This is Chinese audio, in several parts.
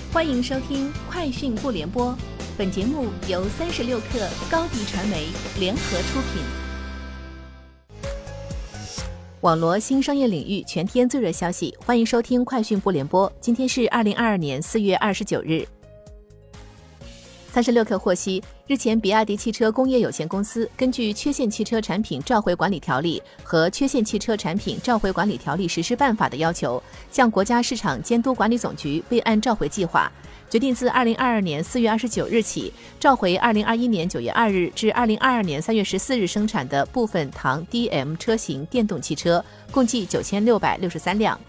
欢迎收听快讯不联播，本节目由36克高迪传媒联合出品。网罗新商业领域全天最热消息，欢迎收听快讯不联播。今天是2022年4月29日。36克获悉，日前比亚迪汽车工业有限公司根据《缺陷汽车产品召回管理条例》和《缺陷汽车产品召回管理条例实施办法》的要求，向国家市场监督管理总局备案召回计划，决定自2022年4月29日起召回2021年9月2日至2022年3月14日生产的部分唐 DM 车型电动汽车，共计9663辆。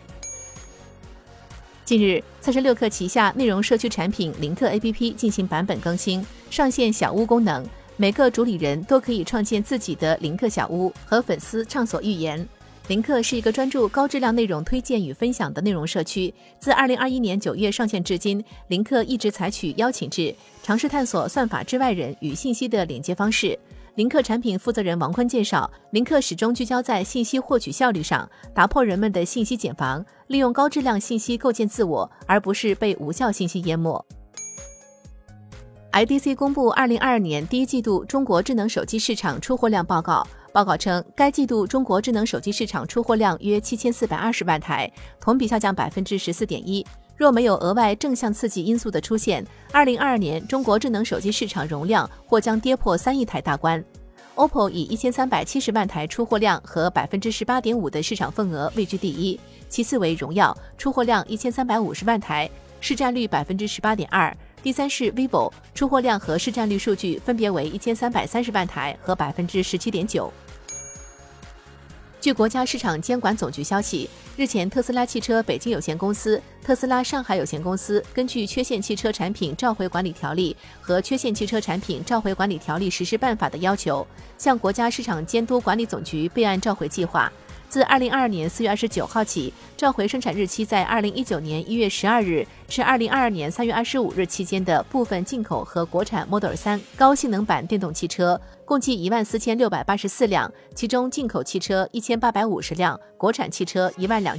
近日，36克旗下内容社区产品林克 APP 进行版本更新，上线小屋功能，每个主理人都可以创建自己的林克小屋，和粉丝畅所欲言。林克是一个专注高质量内容推荐与分享的内容社区，自2021年9月上线至今，林克一直采取邀请制，尝试探索算法之外人与信息的连接方式。林克产品负责人王坤介绍，林克始终聚焦在信息获取效率上，打破人们的信息茧房，利用高质量信息构建自我，而不是被无效信息淹没。IDC 公布2022年第一季度中国智能手机市场出货量报告。报告称，该季度中国智能手机市场出货量约7420万台，同比下降14.1%。若没有额外正向刺激因素的出现，2022年中国智能手机市场容量或将跌破3亿台大关。OPPO 以1370万台出货量和18.5%的市场份额位居第一，其次为荣耀，出货量1350万台，市占率18.2%。第三是 vivo， 出货量和市占率数据分别为1330万台和17.9%。据国家市场监管总局消息，日前特斯拉汽车北京有限公司、特斯拉上海有限公司根据《缺陷汽车产品召回管理条例》和《缺陷汽车产品召回管理条例实施办法》的要求，向国家市场监督管理总局备案召回计划。自2022年4月29号起，召回生产日期在2019年1月12日至2022年3月25日期间的部分进口和国产 Model 3高性能版电动汽车，共计14684辆，其中进口汽车1850辆，国产汽车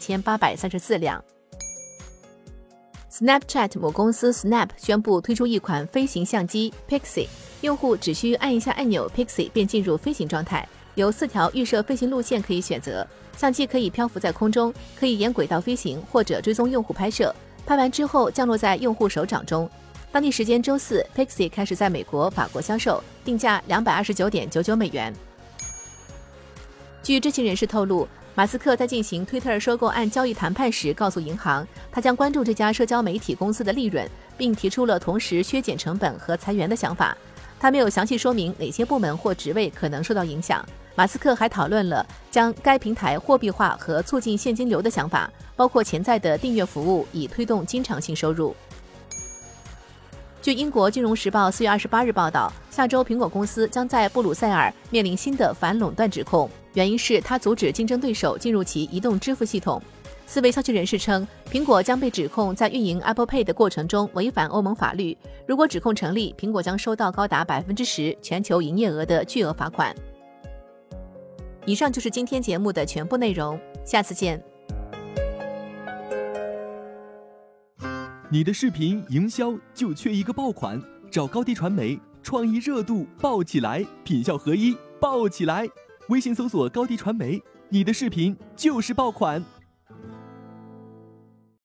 12834辆。Snapchat 母公司 Snap 宣布推出一款飞行相机 Pixie， 用户只需按一下按钮 Pixie 便进入飞行状态，有4条预设飞行路线可以选择。相机可以漂浮在空中，可以沿轨道飞行或者追踪用户拍摄，拍完之后降落在用户手掌中。当地时间周四 Pixie 开始在美国、法国销售，定价229.99美元。据知情人士透露，马斯克在进行推特收购案交易谈判时告诉银行，他将关注这家社交媒体公司的利润，并提出了同时削减成本和裁员的想法。他没有详细说明哪些部门或职位可能受到影响。马斯克还讨论了将该平台货币化和促进现金流的想法，包括潜在的订阅服务，以推动经常性收入。据英国金融时报4月28日报道，下周苹果公司将在布鲁塞尔面临新的反垄断指控，原因是它阻止竞争对手进入其移动支付系统。4位消息人士称，苹果将被指控在运营 Apple Pay 的过程中违反欧盟法律，如果指控成立，苹果将收到高达10%全球营业额的巨额罚款。以上就是今天节目的全部内容，下次见。 你的视频营销就缺一个爆款，找高迪传媒，创意热度爆起来，品效合一爆起来。微信搜索高迪传媒，你的视频就是爆款。